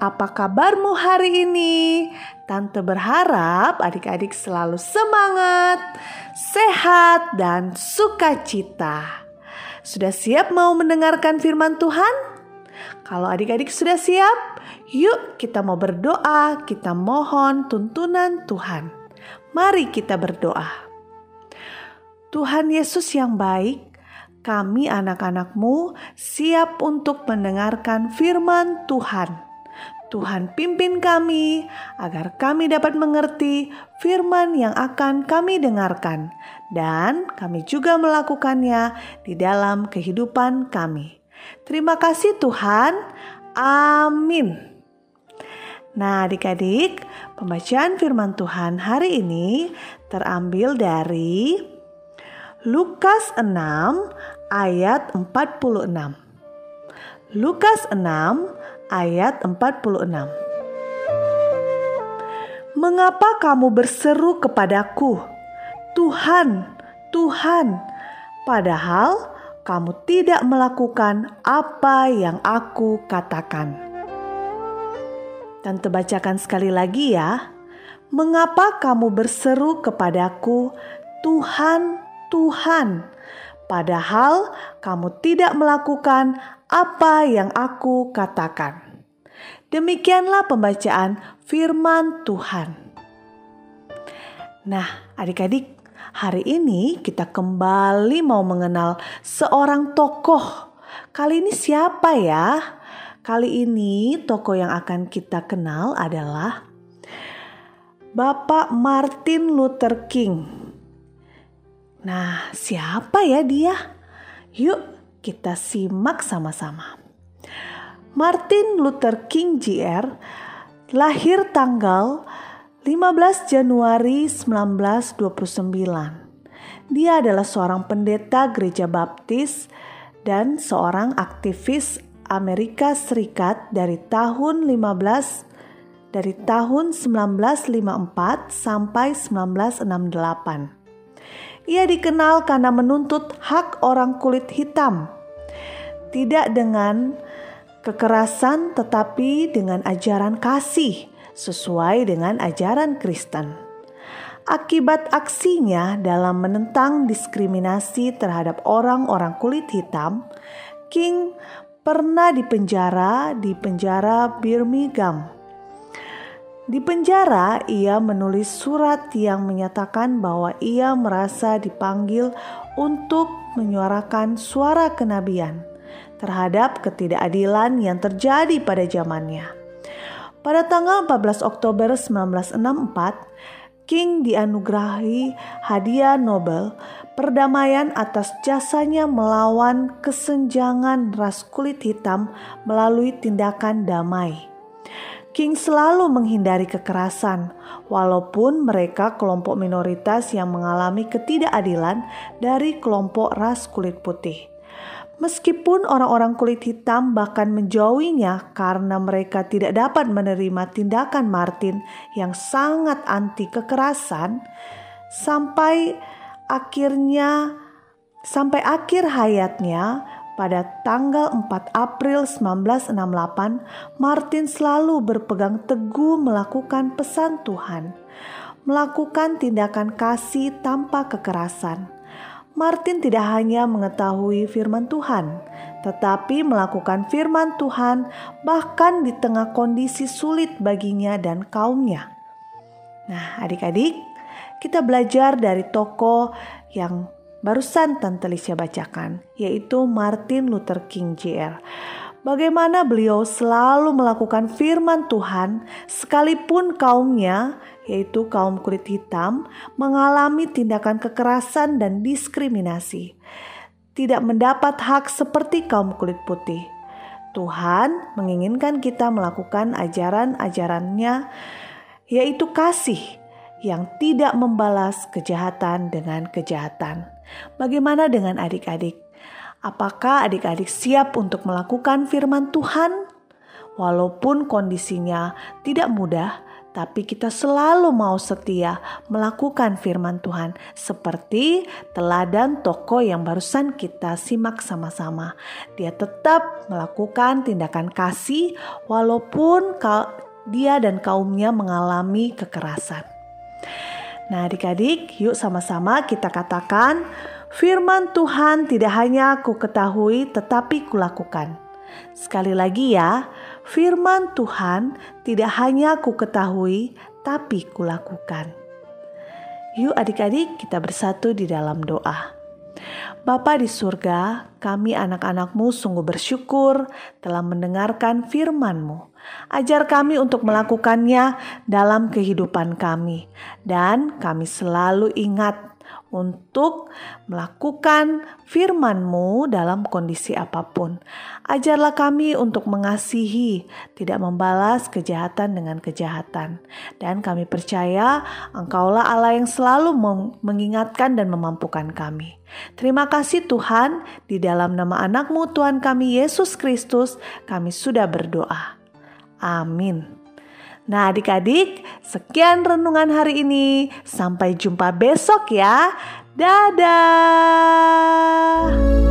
apa kabarmu hari ini? Tante berharap adik-adik selalu semangat, sehat, dan sukacita. Sudah siap mau mendengarkan firman Tuhan? Kalau adik-adik sudah siap, yuk kita mau berdoa, kita mohon tuntunan Tuhan. Mari kita berdoa. Tuhan Yesus yang baik, kami anak-anak-Mu siap untuk mendengarkan firman Tuhan. Tuhan pimpin kami agar kami dapat mengerti firman yang akan kami dengarkan. Dan kami juga melakukannya di dalam kehidupan kami. Terima kasih Tuhan. Amin. Nah adik-adik, pembacaan firman Tuhan hari ini terambil dari Lukas 6 ayat 46. Lukas 6 ayat 46. Mengapa kamu berseru kepadaku, Tuhan, Tuhan, padahal kamu tidak melakukan apa yang aku katakan? Tante bacakan sekali lagi ya. Mengapa kamu berseru kepadaku, Tuhan, Tuhan, padahal kamu tidak melakukan apa yang aku katakan. Demikianlah pembacaan firman Tuhan. Nah, adik-adik, hari ini kita kembali mau mengenal seorang tokoh. Kali ini siapa ya? Kali ini tokoh yang akan kita kenal adalah Bapak Martin Luther King. Nah, siapa ya dia? Yuk kita simak sama-sama. Martin Luther King Jr. lahir tanggal 15 Januari 1929. Dia adalah seorang pendeta gereja baptis dan seorang aktivis Amerika Serikat dari tahun 1954 sampai 1968. Ia dikenal karena menuntut hak orang kulit hitam, tidak dengan kekerasan tetapi dengan ajaran kasih sesuai dengan ajaran Kristen. Akibat aksinya dalam menentang diskriminasi terhadap orang-orang kulit hitam, King pernah dipenjara di penjara Birmingham. Di penjara, ia menulis surat yang menyatakan bahwa ia merasa dipanggil untuk menyuarakan suara kenabian terhadap ketidakadilan yang terjadi pada zamannya. Pada tanggal 14 Oktober 1964, King dianugerahi hadiah Nobel perdamaian atas jasanya melawan kesenjangan ras kulit hitam melalui tindakan damai. King selalu menghindari kekerasan, walaupun mereka kelompok minoritas yang mengalami ketidakadilan dari kelompok ras kulit putih. Meskipun orang-orang kulit hitam bahkan menjauhinya karena mereka tidak dapat menerima tindakan Martin yang sangat anti kekerasan, sampai akhir hayatnya, pada tanggal 4 April 1968, Martin selalu berpegang teguh melakukan pesan Tuhan, melakukan tindakan kasih tanpa kekerasan. Martin tidak hanya mengetahui firman Tuhan, tetapi melakukan firman Tuhan bahkan di tengah kondisi sulit baginya dan kaumnya. Nah, adik-adik, kita belajar dari tokoh yang barusan Tante Lisha bacakan, yaitu Martin Luther King Jr. Bagaimana beliau selalu melakukan firman Tuhan sekalipun kaumnya, yaitu kaum kulit hitam, mengalami tindakan kekerasan dan diskriminasi. Tidak mendapat hak seperti kaum kulit putih. Tuhan menginginkan kita melakukan ajaran-ajarannya, yaitu kasih yang tidak membalas kejahatan dengan kejahatan. Bagaimana dengan adik-adik? Apakah adik-adik siap untuk melakukan firman Tuhan? Walaupun kondisinya tidak mudah, tapi kita selalu mau setia melakukan firman Tuhan, seperti teladan tokoh yang barusan kita simak sama-sama. Dia tetap melakukan tindakan kasih walaupun dia dan kaumnya mengalami kekerasan. Nah, adik-adik, yuk sama-sama kita katakan, firman Tuhan tidak hanya ku ketahui tetapi kulakukan. Sekali lagi ya, firman Tuhan tidak hanya ku ketahui tapi kulakukan. Yuk adik-adik, kita bersatu di dalam doa. Bapa di surga, kami anak-anak-Mu sungguh bersyukur telah mendengarkan firman-Mu. Ajar kami untuk melakukannya dalam kehidupan kami. Dan kami selalu ingat untuk melakukan firman-Mu dalam kondisi apapun. Ajarlah kami untuk mengasihi, tidak membalas kejahatan dengan kejahatan. Dan kami percaya Engkaulah Allah yang selalu mengingatkan dan memampukan kami. Terima kasih Tuhan, di dalam nama anak-Mu Tuhan kami Yesus Kristus, kami sudah berdoa. Amin. Nah adik-adik, sekian renungan hari ini. Sampai jumpa besok ya. Dadah.